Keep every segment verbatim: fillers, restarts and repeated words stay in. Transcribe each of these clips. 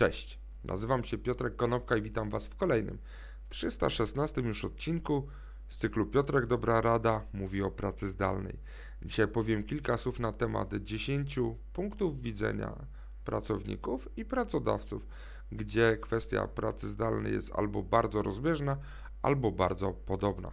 Cześć, nazywam się Piotrek Konopka i witam Was w kolejnym, trzysta szesnastym już odcinku z cyklu Piotrek Dobra Rada mówi o pracy zdalnej. Dzisiaj powiem kilka słów na temat dziesięciu punktów widzenia pracowników i pracodawców, gdzie kwestia pracy zdalnej jest albo bardzo rozbieżna, albo bardzo podobna.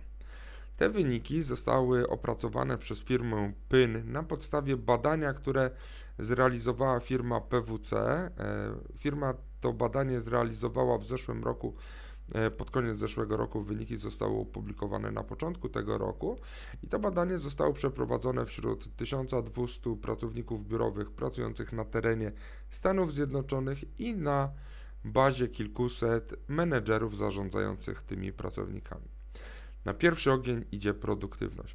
Te wyniki zostały opracowane przez firmę P Y N na podstawie badania, które zrealizowała firma P W C. Firma to badanie zrealizowała w zeszłym roku, pod koniec zeszłego roku. Wyniki zostały opublikowane na początku tego roku i to badanie zostało przeprowadzone wśród tysiąc dwieście pracowników biurowych pracujących na terenie Stanów Zjednoczonych i na bazie kilkuset menedżerów zarządzających tymi pracownikami. Na pierwszy ogień idzie produktywność,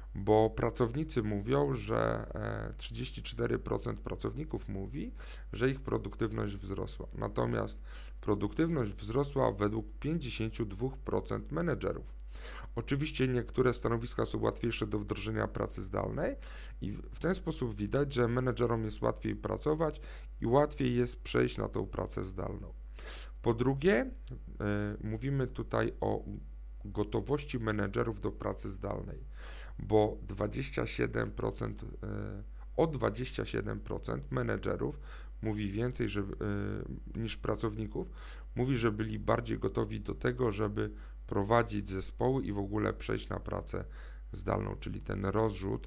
bo pracownicy mówią, że trzydzieści cztery procent pracowników mówi, że ich produktywność wzrosła. Natomiast produktywność wzrosła według pięćdziesiąt dwa procent menedżerów. Oczywiście niektóre stanowiska są łatwiejsze do wdrożenia pracy zdalnej i w ten sposób widać, że menedżerom jest łatwiej pracować i łatwiej jest przejść na tą pracę zdalną. Po drugie, yy, mówimy tutaj o gotowości menedżerów do pracy zdalnej, bo dwadzieścia siedem procent, o dwadzieścia siedem procent menedżerów mówi więcej że, niż pracowników, mówi, że byli bardziej gotowi do tego, żeby prowadzić zespoły i w ogóle przejść na pracę zdalną, czyli ten rozrzut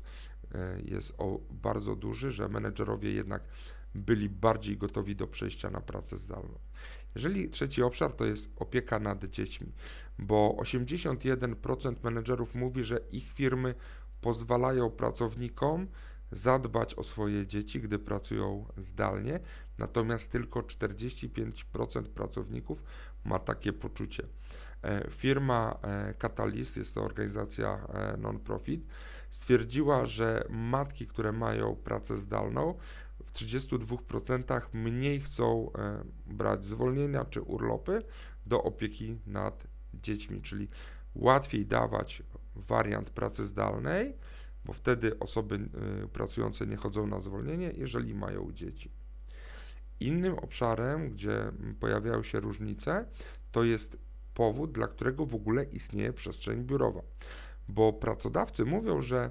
jest o bardzo duży, że menedżerowie jednak byli bardziej gotowi do przejścia na pracę zdalną. Jeżeli trzeci obszar to jest opieka nad dziećmi, bo osiemdziesiąt jeden procent menedżerów mówi, że ich firmy pozwalają pracownikom zadbać o swoje dzieci, gdy pracują zdalnie, natomiast tylko czterdzieści pięć procent pracowników ma takie poczucie. Firma Catalyst, jest to organizacja non-profit, stwierdziła, że matki, które mają pracę zdalną, w trzydziestu dwóch procentach mniej chcą e, brać zwolnienia czy urlopy do opieki nad dziećmi, czyli łatwiej dawać wariant pracy zdalnej, bo wtedy osoby y, pracujące nie chodzą na zwolnienie, jeżeli mają dzieci. Innym obszarem, gdzie pojawiają się różnice, to jest powód, dla którego w ogóle istnieje przestrzeń biurowa, bo pracodawcy mówią, że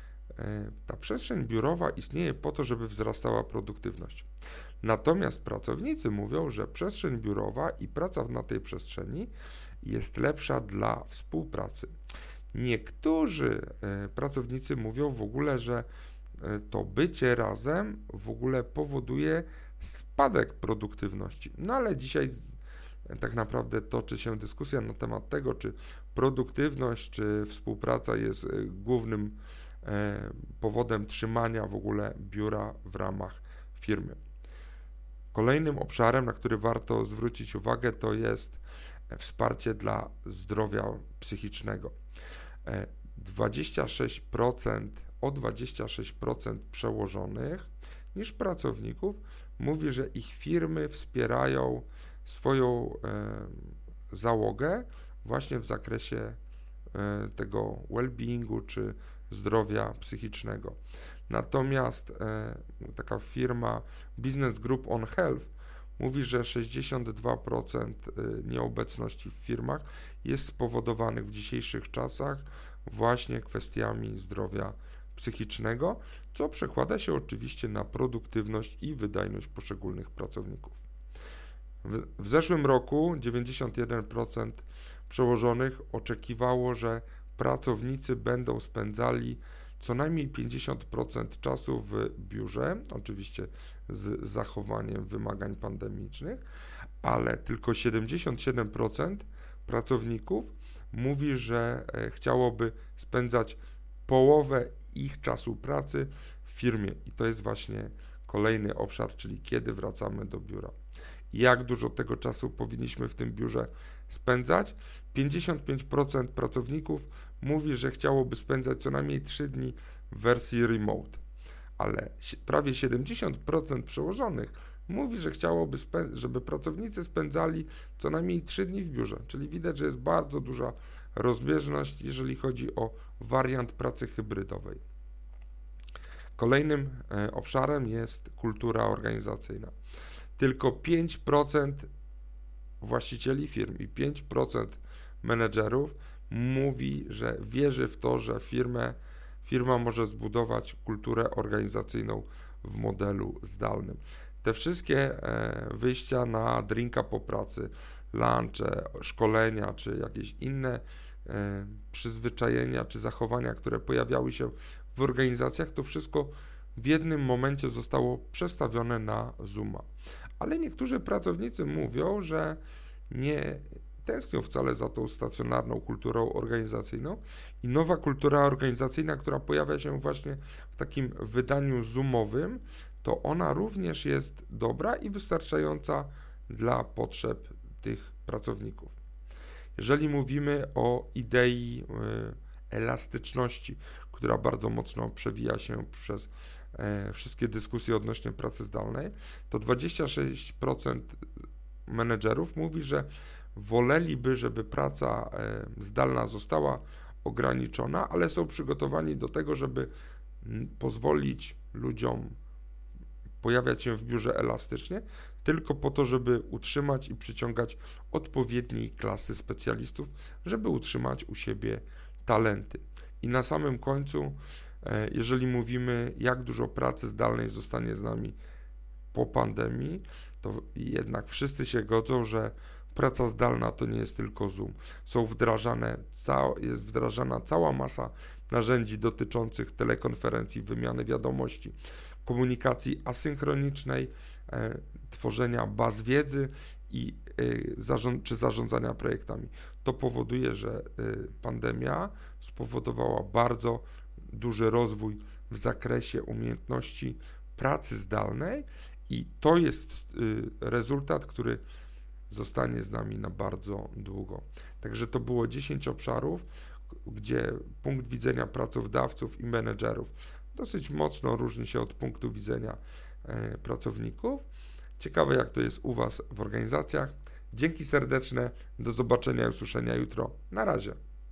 ta przestrzeń biurowa istnieje po to, żeby wzrastała produktywność. Natomiast pracownicy mówią, że przestrzeń biurowa i praca na tej przestrzeni jest lepsza dla współpracy. Niektórzy pracownicy mówią w ogóle, że to bycie razem w ogóle powoduje spadek produktywności. No ale dzisiaj tak naprawdę toczy się dyskusja na temat tego, czy produktywność, czy współpraca jest głównym powodem trzymania w ogóle biura w ramach firmy. Kolejnym obszarem, na który warto zwrócić uwagę, to jest wsparcie dla zdrowia psychicznego. dwadzieścia sześć procent, o dwadzieścia sześć procent przełożonych niż pracowników mówi, że ich firmy wspierają swoją e, załogę właśnie w zakresie e, tego well-beingu czy zdrowia psychicznego. Natomiast e, taka firma Business Group on Health mówi, że sześćdziesiąt dwa procent nieobecności w firmach jest spowodowanych w dzisiejszych czasach właśnie kwestiami zdrowia psychicznego, co przekłada się oczywiście na produktywność i wydajność poszczególnych pracowników. W, w zeszłym roku dziewięćdziesiąt jeden procent przełożonych oczekiwało, że pracownicy będą spędzali co najmniej pięćdziesiąt procent czasu w biurze, oczywiście z zachowaniem wymagań pandemicznych, ale tylko siedemdziesiąt siedem procent pracowników mówi, że chciałoby spędzać połowę ich czasu pracy w firmie i to jest właśnie kolejny obszar, czyli kiedy wracamy do biura. Jak dużo tego czasu powinniśmy w tym biurze spędzać? pięćdziesiąt pięć procent pracowników mówi, że chciałoby spędzać co najmniej trzy dni w wersji remote, ale prawie siedemdziesiąt procent przełożonych mówi, że chciałoby, żeby pracownicy spędzali co najmniej trzy dni w biurze, czyli widać, że jest bardzo duża rozbieżność, jeżeli chodzi o wariant pracy hybrydowej. Kolejnym obszarem jest kultura organizacyjna. tylko pięć procent właścicieli firm i pięć procent menedżerów mówi, że wierzy w to, że firmę, firma może zbudować kulturę organizacyjną w modelu zdalnym. Te wszystkie wyjścia na drinka po pracy, lunche, szkolenia, czy jakieś inne przyzwyczajenia, czy zachowania, które pojawiały się w organizacjach, to wszystko w jednym momencie zostało przestawione na Zooma. Ale niektórzy pracownicy mówią, że nie tęsknią wcale za tą stacjonarną kulturą organizacyjną i nowa kultura organizacyjna, która pojawia się właśnie w takim wydaniu zoomowym, to ona również jest dobra i wystarczająca dla potrzeb tych pracowników. Jeżeli mówimy o idei elastyczności, która bardzo mocno przewija się przez wszystkie dyskusje odnośnie pracy zdalnej, to dwadzieścia sześć procent menedżerów mówi, że woleliby, żeby praca zdalna została ograniczona, ale są przygotowani do tego, żeby pozwolić ludziom pojawiać się w biurze elastycznie, tylko po to, żeby utrzymać i przyciągać odpowiedniej klasy specjalistów, żeby utrzymać u siebie talenty. I na samym końcu, jeżeli mówimy, jak dużo pracy zdalnej zostanie z nami po pandemii, to jednak wszyscy się godzą, że praca zdalna to nie jest tylko Zoom. Są wdrażane, jest wdrażana cała masa narzędzi dotyczących telekonferencji, wymiany wiadomości, komunikacji asynchronicznej, e, tworzenia baz wiedzy i e, zarząd, czy zarządzania projektami. To powoduje, że e, pandemia spowodowała bardzo duży rozwój w zakresie umiejętności pracy zdalnej i to jest e, rezultat, który zostanie z nami na bardzo długo. Także to było dziesięć obszarów, gdzie punkt widzenia pracodawców i menedżerów dosyć mocno różni się od punktu widzenia e, pracowników. Ciekawe, jak to jest u Was w organizacjach. Dzięki serdeczne, do zobaczenia i usłyszenia jutro. Na razie.